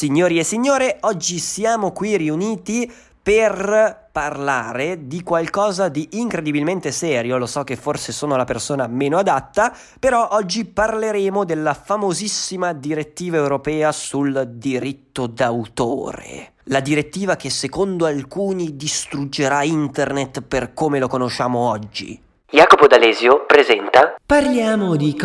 Signori e signore, oggi siamo qui riuniti per parlare di qualcosa di incredibilmente serio. Lo so che forse sono la persona meno adatta, però oggi parleremo della famosissima direttiva europea sul diritto d'autore. La direttiva che secondo alcuni distruggerà internet per come lo conosciamo oggi. Jacopo D'Alesio presenta Parliamo di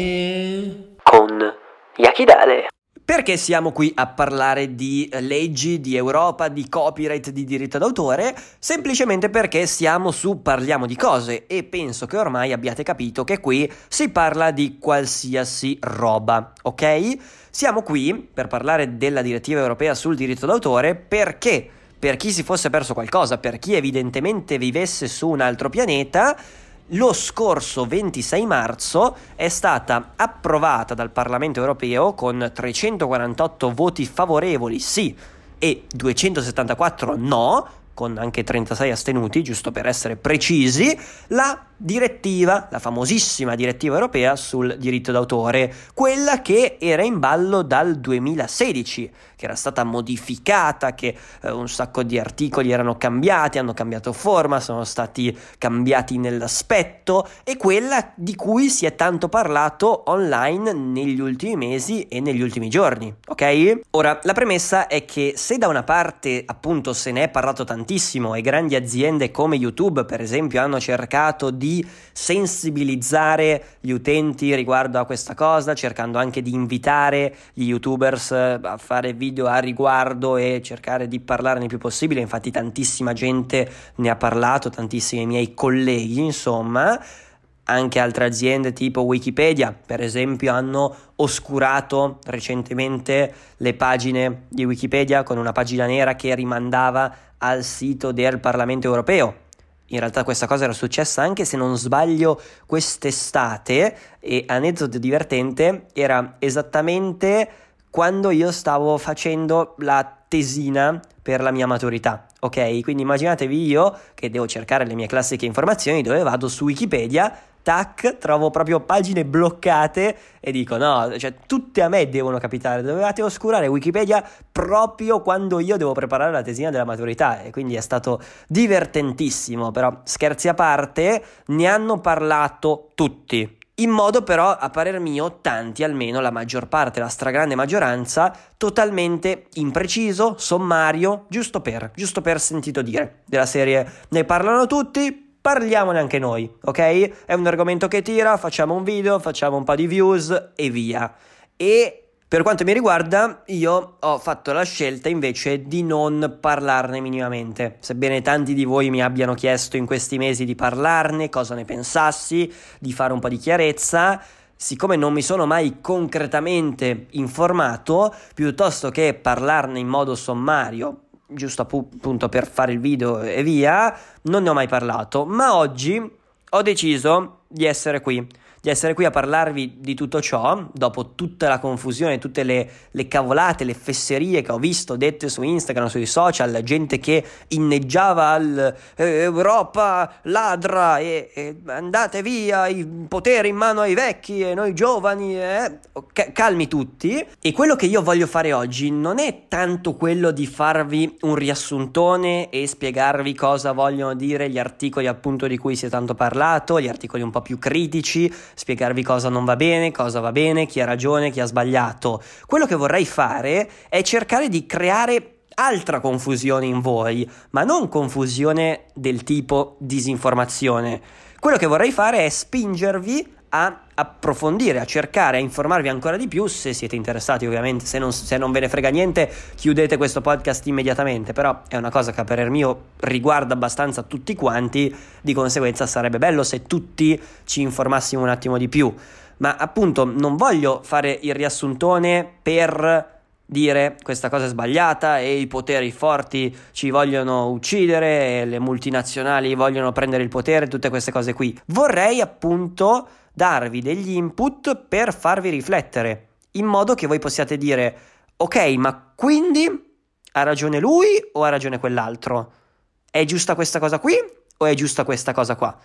cose con Yakidale. Perché siamo qui a parlare di leggi, di Europa, di copyright, di diritto d'autore? Semplicemente perché siamo su Parliamo di cose e penso che ormai abbiate capito che qui si parla di qualsiasi roba, ok? Siamo qui per parlare della direttiva europea sul diritto d'autore perché, per chi si fosse perso qualcosa, per chi evidentemente vivesse su un altro pianeta, lo scorso 26 marzo è stata approvata dal Parlamento europeo con 348 voti favorevoli sì e 274 no, con anche 36 astenuti, giusto per essere precisi, la direttiva, la famosissima direttiva europea sul diritto d'autore, quella che era in ballo dal 2016, che era stata modificata, che un sacco di articoli erano cambiati, hanno cambiato forma, sono stati cambiati nell'aspetto, e quella di cui si è tanto parlato online negli ultimi mesi e negli ultimi giorni, ok? Ora, la premessa è che se da una parte appunto se ne è parlato tantissimo e grandi aziende come YouTube per esempio hanno cercato di sensibilizzare gli utenti riguardo a questa cosa, cercando anche di invitare gli YouTubers a fare video a riguardo e cercare di parlarne il più possibile. Infatti tantissima gente ne ha parlato, tantissimi miei colleghi, insomma. Anche altre aziende tipo Wikipedia, per esempio, hanno oscurato recentemente le pagine di Wikipedia con una pagina nera che rimandava al sito del Parlamento europeo. In realtà questa cosa era successa anche, se non sbaglio, quest'estate, e aneddoto divertente, era esattamente quando io stavo facendo la tesina per la mia maturità, ok? Quindi immaginatevi io che devo cercare le mie classiche informazioni, dove vado su Wikipedia, tac, trovo proprio pagine bloccate e dico no, cioè tutte a me devono capitare, dovevate oscurare Wikipedia proprio quando io devo preparare la tesina della maturità, e quindi è stato divertentissimo. Però scherzi a parte, ne hanno parlato tutti, in modo però, a parer mio, tanti, almeno la maggior parte, la stragrande maggioranza, totalmente impreciso, sommario, giusto per sentito dire, della serie ne parlano tutti, parliamone anche noi, ok? È un argomento che tira, facciamo un video, facciamo un po' di views e via. E per quanto mi riguarda, io ho fatto la scelta invece di non parlarne minimamente. Sebbene tanti di voi mi abbiano chiesto in questi mesi di parlarne, cosa ne pensassi, di fare un po' di chiarezza, siccome non mi sono mai concretamente informato, piuttosto che parlarne in modo sommario, giusto appunto per fare il video e via, non ne ho mai parlato. Ma oggi ho deciso di essere qui a parlarvi di tutto ciò, dopo tutta la confusione, tutte le cavolate, le fesserie che ho visto dette su Instagram, sui social, gente che inneggiava al Europa ladra e andate via, i poteri in mano ai vecchi e noi giovani, calmi tutti. E quello che io voglio fare oggi non è tanto quello di farvi un riassuntone e spiegarvi cosa vogliono dire gli articoli appunto di cui si è tanto parlato, gli articoli un po' più critici, spiegarvi cosa non va bene, cosa va bene, chi ha ragione, chi ha sbagliato. Quello che vorrei fare è cercare di creare altra confusione in voi, ma non confusione del tipo disinformazione. Quello che vorrei fare è spingervi a approfondire, a cercare, a informarvi ancora di più, se siete interessati ovviamente. Se non ve ne frega niente, chiudete questo podcast immediatamente, però è una cosa che a parer mio riguarda abbastanza tutti quanti, di conseguenza sarebbe bello se tutti ci informassimo un attimo di più. Ma appunto non voglio fare il riassuntone per dire questa cosa è sbagliata e i poteri forti ci vogliono uccidere e le multinazionali vogliono prendere il potere, tutte queste cose qui. Vorrei appunto darvi degli input per farvi riflettere, in modo che voi possiate dire ok, ma quindi ha ragione lui o ha ragione quell'altro? È giusta questa cosa qui o è giusta questa cosa qua?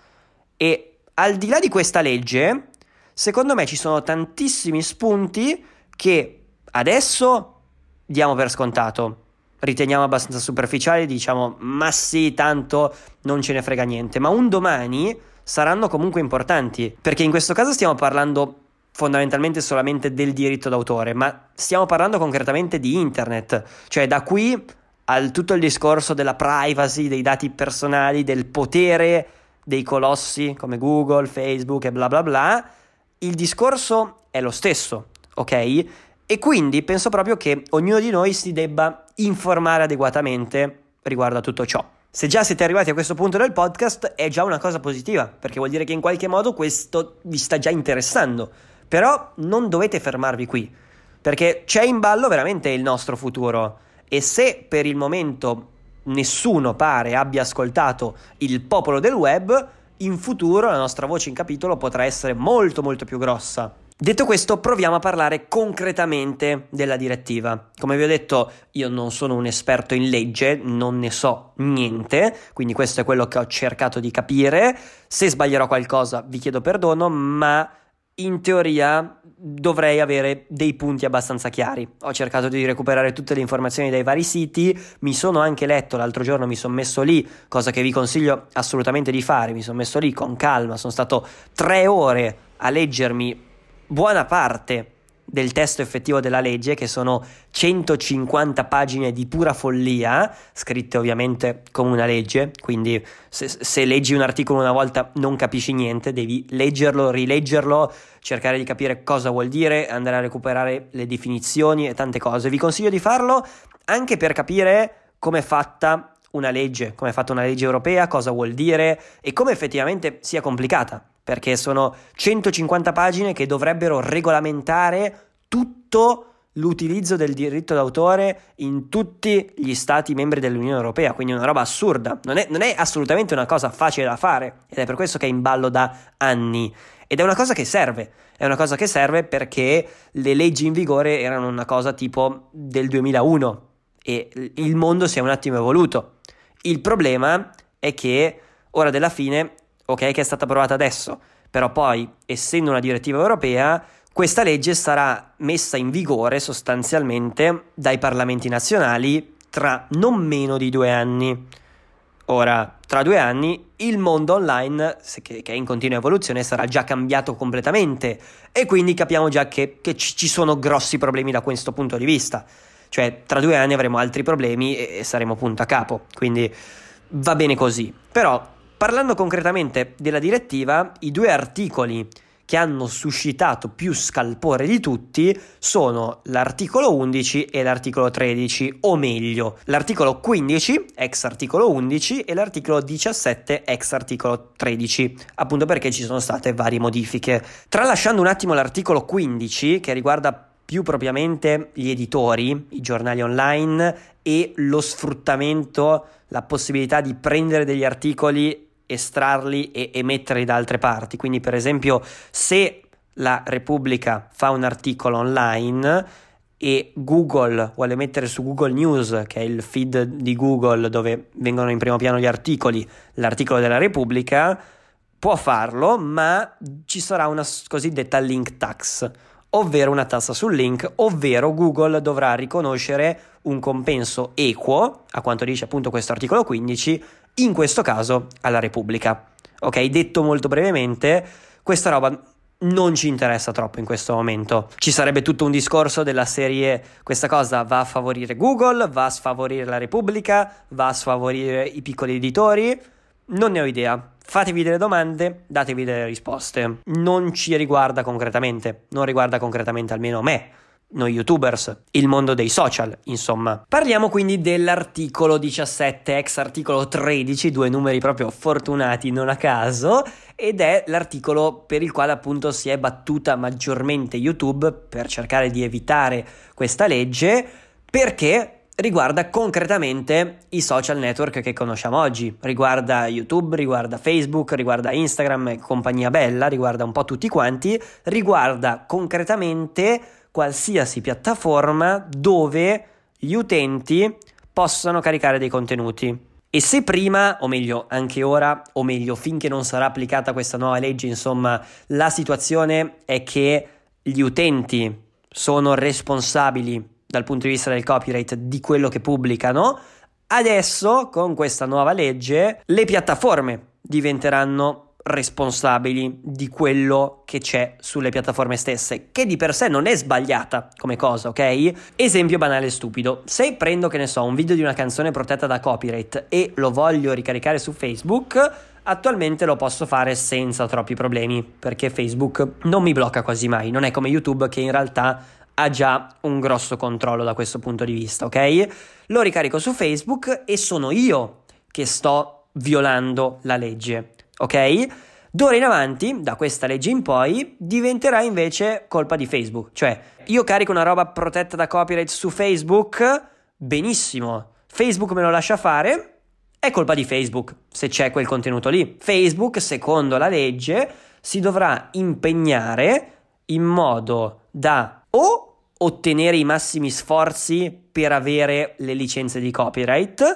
E al di là di questa legge, secondo me ci sono tantissimi spunti che adesso diamo per scontato, riteniamo abbastanza superficiali, diciamo ma sì, tanto non ce ne frega niente, ma un domani saranno comunque importanti, perché in questo caso stiamo parlando fondamentalmente solamente del diritto d'autore, ma stiamo parlando concretamente di internet, cioè da qui al tutto il discorso della privacy, dei dati personali, del potere dei colossi come Google, Facebook e bla bla bla, il discorso è lo stesso, ok? E quindi penso proprio che ognuno di noi si debba informare adeguatamente riguardo a tutto ciò. Se già siete arrivati a questo punto del podcast è già una cosa positiva, perché vuol dire che in qualche modo questo vi sta già interessando. Però non dovete fermarvi qui, perché c'è in ballo veramente il nostro futuro. E se per il momento nessuno pare abbia ascoltato il popolo del web, in futuro la nostra voce in capitolo potrà essere molto molto più grossa. Detto questo, proviamo a parlare concretamente della direttiva. Come vi ho detto, io non sono un esperto in legge, non ne so niente, quindi questo è quello che ho cercato di capire. Se sbaglierò qualcosa vi chiedo perdono, ma in teoria dovrei avere dei punti abbastanza chiari. Ho cercato di recuperare tutte le informazioni dai vari siti, mi sono anche letto, l'altro giorno mi sono messo lì, cosa che vi consiglio assolutamente di fare, mi sono messo lì con calma, sono stato 3 ore a leggermi buona parte del testo effettivo della legge, che sono 150 pagine di pura follia, scritte ovviamente come una legge, quindi se leggi un articolo una volta non capisci niente, devi leggerlo, rileggerlo, cercare di capire cosa vuol dire, andare a recuperare le definizioni e tante cose. Vi consiglio di farlo anche per capire come è fatta una legge, come è fatta una legge europea, cosa vuol dire e come effettivamente sia complicata, perché sono 150 pagine che dovrebbero regolamentare tutto l'utilizzo del diritto d'autore in tutti gli stati membri dell'Unione Europea, quindi una roba assurda, non è assolutamente una cosa facile da fare, ed è per questo che è in ballo da anni, ed è una cosa che serve perché le leggi in vigore erano una cosa tipo del 2001 e il mondo si è un attimo evoluto. Il problema è che ora della fine, ok, che è stata approvata adesso, però poi, essendo una direttiva europea, questa legge sarà messa in vigore sostanzialmente dai parlamenti nazionali tra non meno di 2 anni. Ora, tra 2 anni il mondo online, che è in continua evoluzione, sarà già cambiato completamente e quindi capiamo già che ci sono grossi problemi da questo punto di vista. Cioè, tra 2 anni avremo altri problemi e saremo punto a capo, quindi va bene così. Però, parlando concretamente della direttiva, i 2 articoli che hanno suscitato più scalpore di tutti sono l'articolo 11 e l'articolo 13, o meglio, l'articolo 15, ex articolo 11, e l'articolo 17, ex articolo 13, appunto perché ci sono state varie modifiche. Tralasciando un attimo l'articolo 15, che riguarda più propriamente gli editori, i giornali online e lo sfruttamento, la possibilità di prendere degli articoli, estrarli e metterli da altre parti. Quindi per esempio se la Repubblica fa un articolo online e Google vuole mettere su Google News, che è il feed di Google dove vengono in primo piano gli articoli, l'articolo della Repubblica, può farlo, ma ci sarà una cosiddetta link tax, ovvero una tassa sul link, ovvero Google dovrà riconoscere un compenso equo, a quanto dice appunto questo articolo 15, in questo caso alla Repubblica. Ok, detto molto brevemente, questa roba non ci interessa troppo in questo momento. Ci sarebbe tutto un discorso della serie: questa cosa va a favorire Google, va a sfavorire la Repubblica, va a sfavorire i piccoli editori. Non ne ho idea. Fatevi delle domande, datevi delle risposte. Non ci riguarda concretamente, non riguarda concretamente almeno me, noi youtubers, il mondo dei social, insomma. Parliamo quindi dell'articolo 17, ex articolo 13, 2 numeri proprio fortunati non a caso, ed è l'articolo per il quale appunto si è battuta maggiormente YouTube per cercare di evitare questa legge, perché riguarda concretamente i social network che conosciamo oggi. Riguarda YouTube, riguarda Facebook, riguarda Instagram e compagnia bella, riguarda un po' tutti quanti, riguarda concretamente qualsiasi piattaforma dove gli utenti possano caricare dei contenuti. E se prima, o meglio anche ora, o meglio finché non sarà applicata questa nuova legge, insomma, la situazione è che gli utenti sono responsabili dal punto di vista del copyright di quello che pubblicano. Adesso, con questa nuova legge, le piattaforme diventeranno responsabili di quello che c'è sulle piattaforme stesse, che di per sé non è sbagliata come cosa, ok? Esempio banale e stupido: se prendo, che ne so, un video di una canzone protetta da copyright e lo voglio ricaricare su Facebook, attualmente lo posso fare senza troppi problemi, perché Facebook non mi blocca quasi mai. Non è come YouTube, che in realtà ha già un grosso controllo da questo punto di vista, ok? Lo ricarico su Facebook e sono io che sto violando la legge, ok? D'ora in avanti, da questa legge in poi, diventerà invece colpa di Facebook. Cioè, io carico una roba protetta da copyright su Facebook, benissimo, Facebook me lo lascia fare, è colpa di Facebook se c'è quel contenuto lì. Facebook, secondo la legge, si dovrà impegnare in modo da o ottenere i massimi sforzi per avere le licenze di copyright,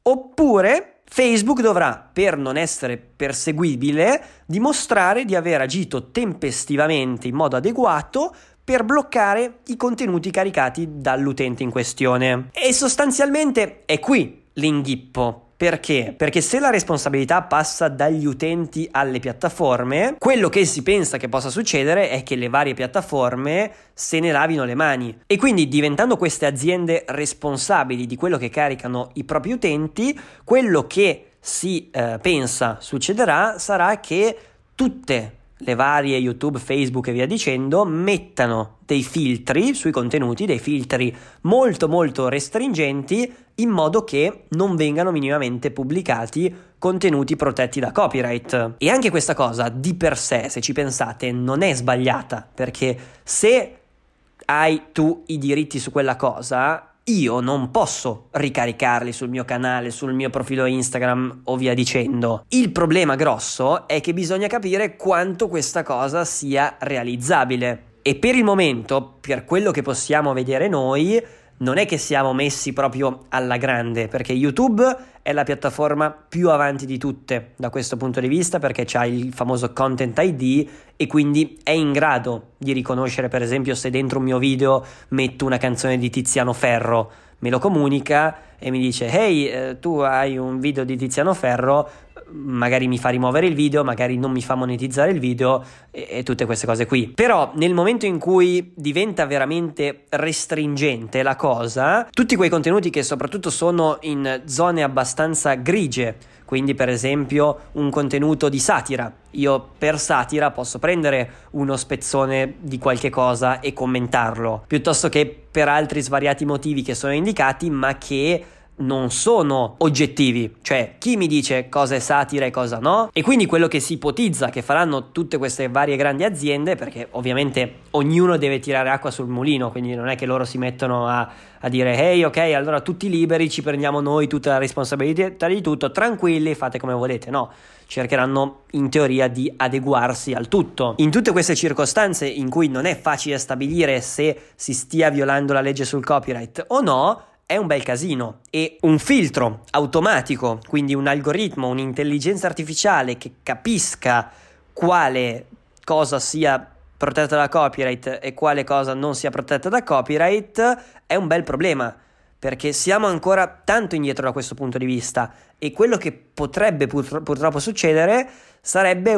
oppure Facebook dovrà, per non essere perseguibile, dimostrare di aver agito tempestivamente in modo adeguato per bloccare i contenuti caricati dall'utente in questione. E sostanzialmente è qui l'inghippo. Perché? Perché se la responsabilità passa dagli utenti alle piattaforme, quello che si pensa che possa succedere è che le varie piattaforme se ne lavino le mani. E quindi, diventando queste aziende responsabili di quello che caricano i propri utenti, quello che si pensa succederà sarà che tutte le varie YouTube, Facebook e via dicendo mettano dei filtri sui contenuti, dei filtri molto molto restringenti, in modo che non vengano minimamente pubblicati contenuti protetti da copyright. E anche questa cosa di per sé, se ci pensate, non è sbagliata, perché se hai tu i diritti su quella cosa, io non posso ricaricarli sul mio canale, sul mio profilo Instagram o via dicendo. Il problema grosso è che bisogna capire quanto questa cosa sia realizzabile. E per il momento, per quello che possiamo vedere noi, non è che siamo messi proprio alla grande, perché YouTube è la piattaforma più avanti di tutte da questo punto di vista, perché c'ha il famoso Content ID e quindi è in grado di riconoscere, per esempio, se dentro un mio video metto una canzone di Tiziano Ferro, me lo comunica e mi dice: hey, tu hai un video di Tiziano Ferro, magari mi fa rimuovere il video, magari non mi fa monetizzare il video e tutte queste cose qui. Però nel momento in cui diventa veramente restringente la cosa, tutti quei contenuti che soprattutto sono in zone abbastanza grigie, quindi per esempio un contenuto di satira, io per satira posso prendere uno spezzone di qualche cosa e commentarlo, piuttosto che per altri svariati motivi che sono indicati ma che non sono oggettivi, cioè chi mi dice cosa è satira e cosa no. E quindi quello che si ipotizza che faranno tutte queste varie grandi aziende, perché ovviamente ognuno deve tirare acqua sul mulino, quindi non è che loro si mettono a dire hey, ok, allora tutti liberi, ci prendiamo noi tutta la responsabilità di tutto, tranquilli, fate come volete. No, cercheranno in teoria di adeguarsi al tutto. In tutte queste circostanze in cui non è facile stabilire se si stia violando la legge sul copyright o no, è un bel casino. E un filtro automatico, quindi un algoritmo, un'intelligenza artificiale che capisca quale cosa sia protetta da copyright e quale cosa non sia protetta da copyright, è un bel problema, perché siamo ancora tanto indietro da questo punto di vista. E quello che potrebbe purtroppo succedere sarebbe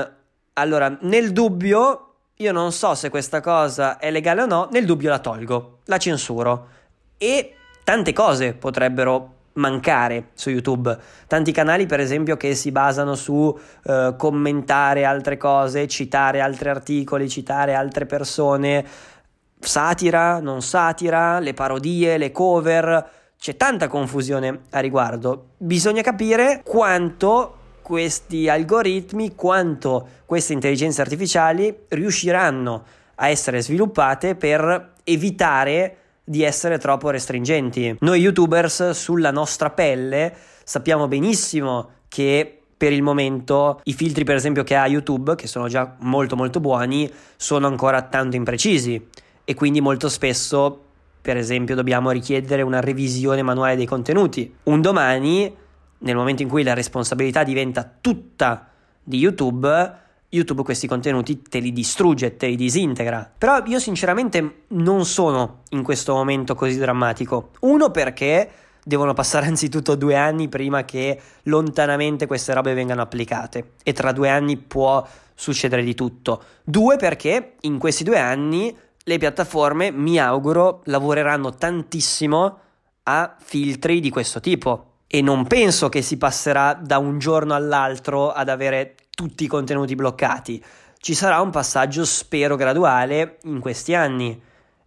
allora, nel dubbio, io non so se questa cosa è legale o no, nel dubbio la tolgo, la censuro. E tante cose potrebbero mancare su YouTube, tanti canali per esempio che si basano su commentare altre cose, citare altri articoli, citare altre persone, satira, non satira, le parodie, le cover, c'è tanta confusione a riguardo. Bisogna capire quanto questi algoritmi, quanto queste intelligenze artificiali riusciranno a essere sviluppate per evitare di essere troppo restringenti. Noi YouTubers sulla nostra pelle sappiamo benissimo che per il momento i filtri per esempio che ha YouTube, che sono già molto molto buoni, sono ancora tanto imprecisi e quindi molto spesso per esempio dobbiamo richiedere una revisione manuale dei contenuti. Un domani, nel momento in cui la responsabilità diventa tutta di YouTube, YouTube questi contenuti te li distrugge, te li disintegra. Però io sinceramente non sono in questo momento così drammatico. Uno, perché devono passare anzitutto 2 anni prima che lontanamente queste robe vengano applicate, e tra 2 anni può succedere di tutto. 2, perché in questi 2 anni le piattaforme, mi auguro, lavoreranno tantissimo a filtri di questo tipo, e non penso che si passerà da un giorno all'altro ad avere tutti i contenuti bloccati. Ci sarà un passaggio, spero graduale, in questi anni,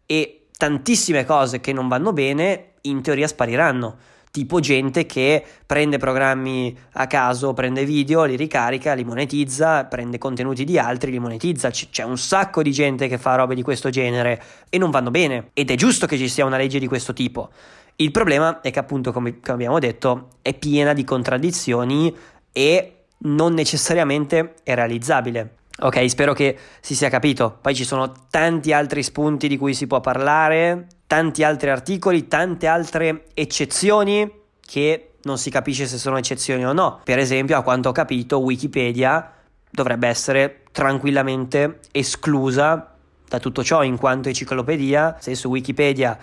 e tantissime cose che non vanno bene in teoria spariranno, tipo gente che prende programmi a caso, prende video, li ricarica, li monetizza, prende contenuti di altri, li monetizza. C'è un sacco di gente che fa robe di questo genere e non vanno bene, ed è giusto che ci sia una legge di questo tipo. Il problema è che, appunto, come abbiamo detto, è piena di contraddizioni e non necessariamente è realizzabile. Ok, spero che si sia capito. Poi ci sono tanti altri spunti di cui si può parlare, tanti altri articoli, tante altre eccezioni che non si capisce se sono eccezioni o no. Per esempio, a quanto ho capito, Wikipedia dovrebbe essere tranquillamente esclusa da tutto ciò, in quanto enciclopedia. Se su Wikipedia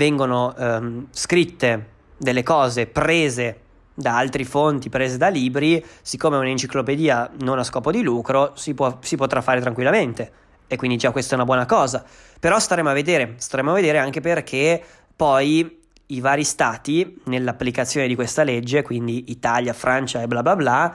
vengono scritte delle cose prese da altri fonti, prese da libri, siccome è un'enciclopedia non a scopo di lucro, si potrà fare tranquillamente, e quindi già questa è una buona cosa. Però staremo a vedere anche perché poi i vari stati, nell'applicazione di questa legge, quindi Italia, Francia e bla bla bla,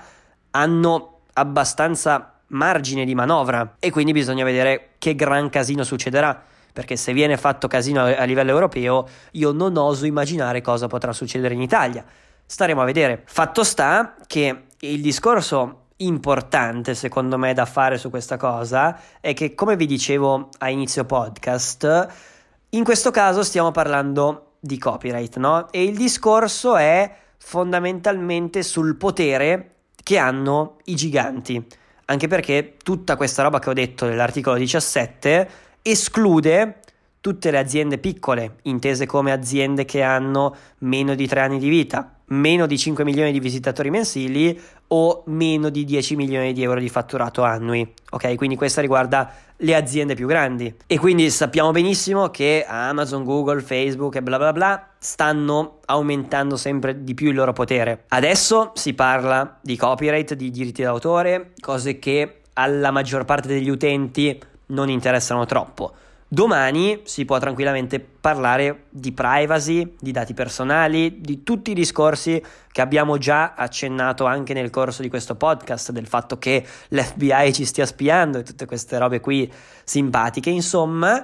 hanno abbastanza margine di manovra, e quindi bisogna vedere che gran casino succederà, perché se viene fatto casino a livello europeo, io non oso immaginare cosa potrà succedere in Italia. Staremo a vedere. Fatto sta che il discorso importante, secondo me, da fare su questa cosa è che, come vi dicevo a inizio podcast, in questo caso stiamo parlando di copyright, no? E il discorso è fondamentalmente sul potere che hanno i giganti, anche perché tutta questa roba che ho detto nell'articolo 17 esclude tutte le aziende piccole, intese come aziende che hanno meno di 3 anni di vita, meno di 5 milioni di visitatori mensili o meno di 10 milioni di euro di fatturato annui. Ok, quindi questa riguarda le aziende più grandi, e quindi sappiamo benissimo che Amazon, Google, Facebook e bla bla bla stanno aumentando sempre di più il loro potere. Adesso si parla di copyright, di diritti d'autore, cose che alla maggior parte degli utenti non interessano troppo. Domani si può tranquillamente parlare di privacy, di dati personali, di tutti i discorsi che abbiamo già accennato anche nel corso di questo podcast, del fatto che l'FBI ci stia spiando e tutte queste robe qui simpatiche, insomma,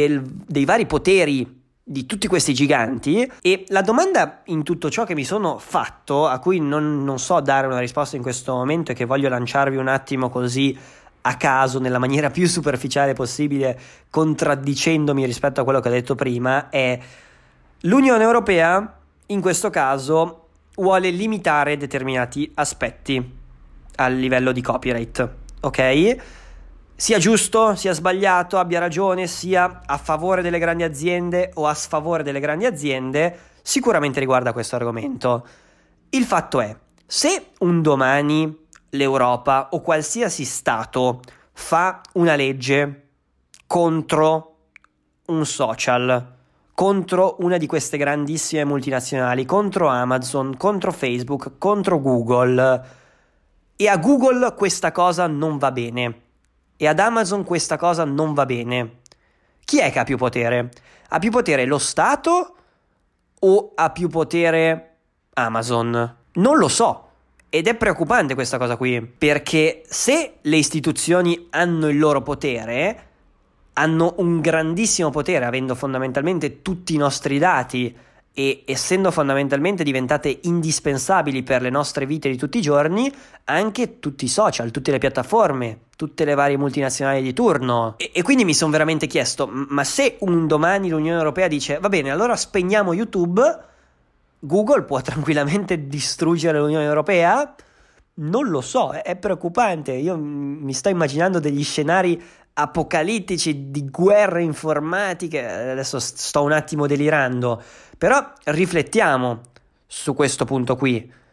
dei vari poteri di tutti questi giganti. E la domanda in tutto ciò che mi sono fatto, a cui non so dare una risposta in questo momento e che voglio lanciarvi un attimo così a caso, nella maniera più superficiale possibile, contraddicendomi rispetto a quello che ho detto prima, è: l'Unione Europea in questo caso vuole limitare determinati aspetti a livello di copyright, ok? Sia giusto, sia sbagliato, abbia ragione, sia a favore delle grandi aziende o a sfavore delle grandi aziende, sicuramente riguarda questo argomento. Il fatto è, se un domani l'Europa o qualsiasi stato fa una legge contro un social, contro una di queste grandissime multinazionali, contro Amazon, contro Facebook, contro Google, e a Google questa cosa non va bene e ad Amazon questa cosa non va bene, chi è che ha più potere? Ha più potere lo Stato o ha più potere Amazon? Non lo so. Ed è preoccupante questa cosa qui, perché se le istituzioni hanno il loro potere, hanno un grandissimo potere, avendo fondamentalmente tutti i nostri dati e essendo fondamentalmente diventate indispensabili per le nostre vite di tutti i giorni, anche tutti i social, tutte le piattaforme, tutte le varie multinazionali di turno. E quindi mi sono veramente chiesto, ma se un domani l'Unione Europea dice va bene, allora spegniamo YouTube, Google può tranquillamente distruggere l'Unione Europea? Non lo so, è preoccupante. Io mi sto immaginando degli scenari apocalittici di guerre informatiche. Adesso sto un attimo delirando, però riflettiamo su questo punto qui.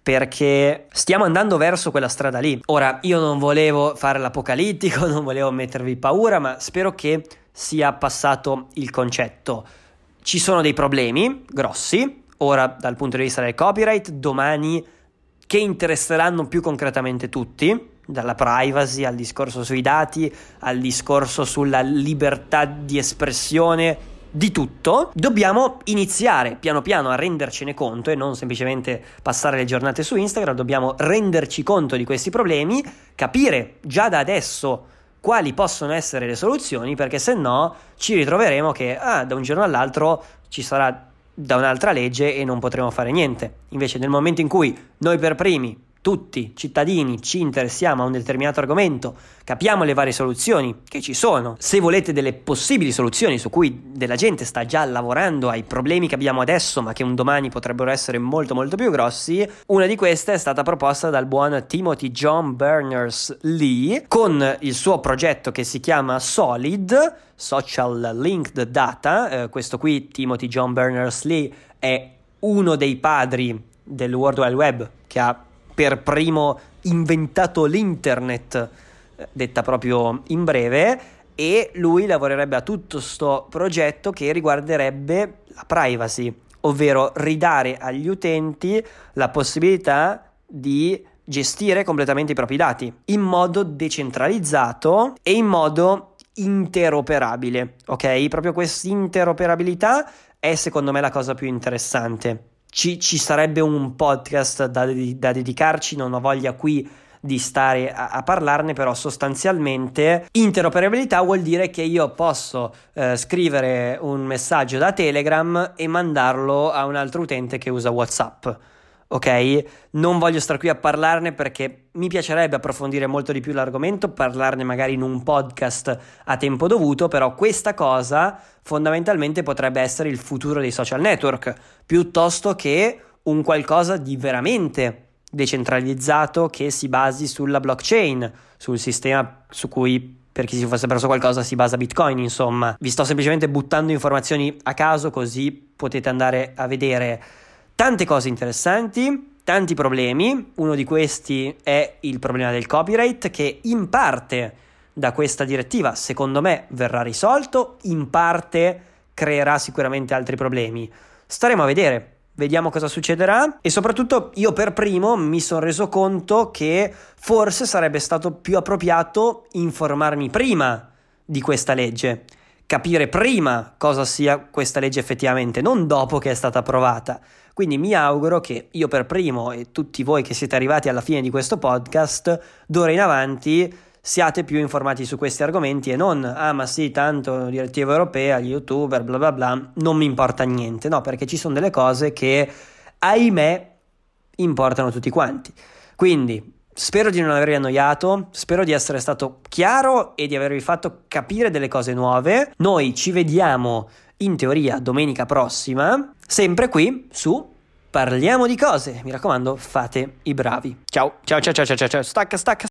perché stiamo andando verso quella strada lì. Ora, io non volevo fare l'apocalittico, non volevo mettervi paura, ma spero che sia passato il concetto. Ci sono dei problemi grossi, ora dal punto di vista del copyright, domani che interesseranno più concretamente tutti, dalla privacy al discorso sui dati, al discorso sulla libertà di espressione, di tutto. Dobbiamo iniziare piano piano a rendercene conto e non semplicemente passare le giornate su Instagram. Dobbiamo renderci conto di questi problemi, capire già da adesso quali possono essere le soluzioni, perché se no ci ritroveremo che da un giorno all'altro ci sarà da un'altra legge e non potremo fare niente. Invece nel momento in cui noi per primi, tutti cittadini, ci interessiamo a un determinato argomento, capiamo le varie soluzioni che ci sono, se volete delle possibili soluzioni su cui della gente sta già lavorando ai problemi che abbiamo adesso ma che un domani potrebbero essere molto molto più grossi, una di queste è stata proposta dal buon Timothy John Berners-Lee con il suo progetto che si chiama Solid, Social Linked Data. Questo qui, Timothy John Berners-Lee, è uno dei padri del World Wide Web, che ha per primo inventato l'internet, detta proprio in breve, e lui lavorerebbe a tutto sto progetto che riguarderebbe la privacy, ovvero ridare agli utenti la possibilità di gestire completamente i propri dati in modo decentralizzato e in modo interoperabile, ok? Proprio questa interoperabilità è secondo me la cosa più interessante. Ci sarebbe un podcast da dedicarci, non ho voglia qui di stare a parlarne, però sostanzialmente interoperabilità vuol dire che io posso scrivere un messaggio da Telegram e mandarlo a un altro utente che usa WhatsApp. Ok? Non voglio stare qui a parlarne perché mi piacerebbe approfondire molto di più l'argomento, parlarne magari in un podcast a tempo dovuto, però questa cosa fondamentalmente potrebbe essere il futuro dei social network, piuttosto che un qualcosa di veramente decentralizzato che si basi sulla blockchain, sul sistema su cui, per chi si fosse perso qualcosa, si basa Bitcoin. Insomma, vi sto semplicemente buttando informazioni a caso, così potete andare a vedere tante cose interessanti, tanti problemi. Uno di questi è il problema del copyright, che in parte da questa direttiva secondo me verrà risolto, in parte creerà sicuramente altri problemi. Staremo a vedere, vediamo cosa succederà, e soprattutto io per primo mi sono reso conto che forse sarebbe stato più appropriato informarmi prima di questa legge, capire prima cosa sia questa legge effettivamente, non dopo che è stata approvata. Quindi mi auguro che io per primo e tutti voi che siete arrivati alla fine di questo podcast, d'ora in avanti siate più informati su questi argomenti e non ma sì, tanto direttiva europea, gli youtuber, bla bla bla, non mi importa niente. No, perché ci sono delle cose che, ahimè, importano tutti quanti. Quindi spero di non avervi annoiato, spero di essere stato chiaro e di avervi fatto capire delle cose nuove. Noi ci vediamo in teoria domenica prossima, sempre qui su Parliamo di Cose. Mi raccomando, fate i bravi. Ciao, ciao, ciao, ciao, ciao, ciao, stacca, stacca.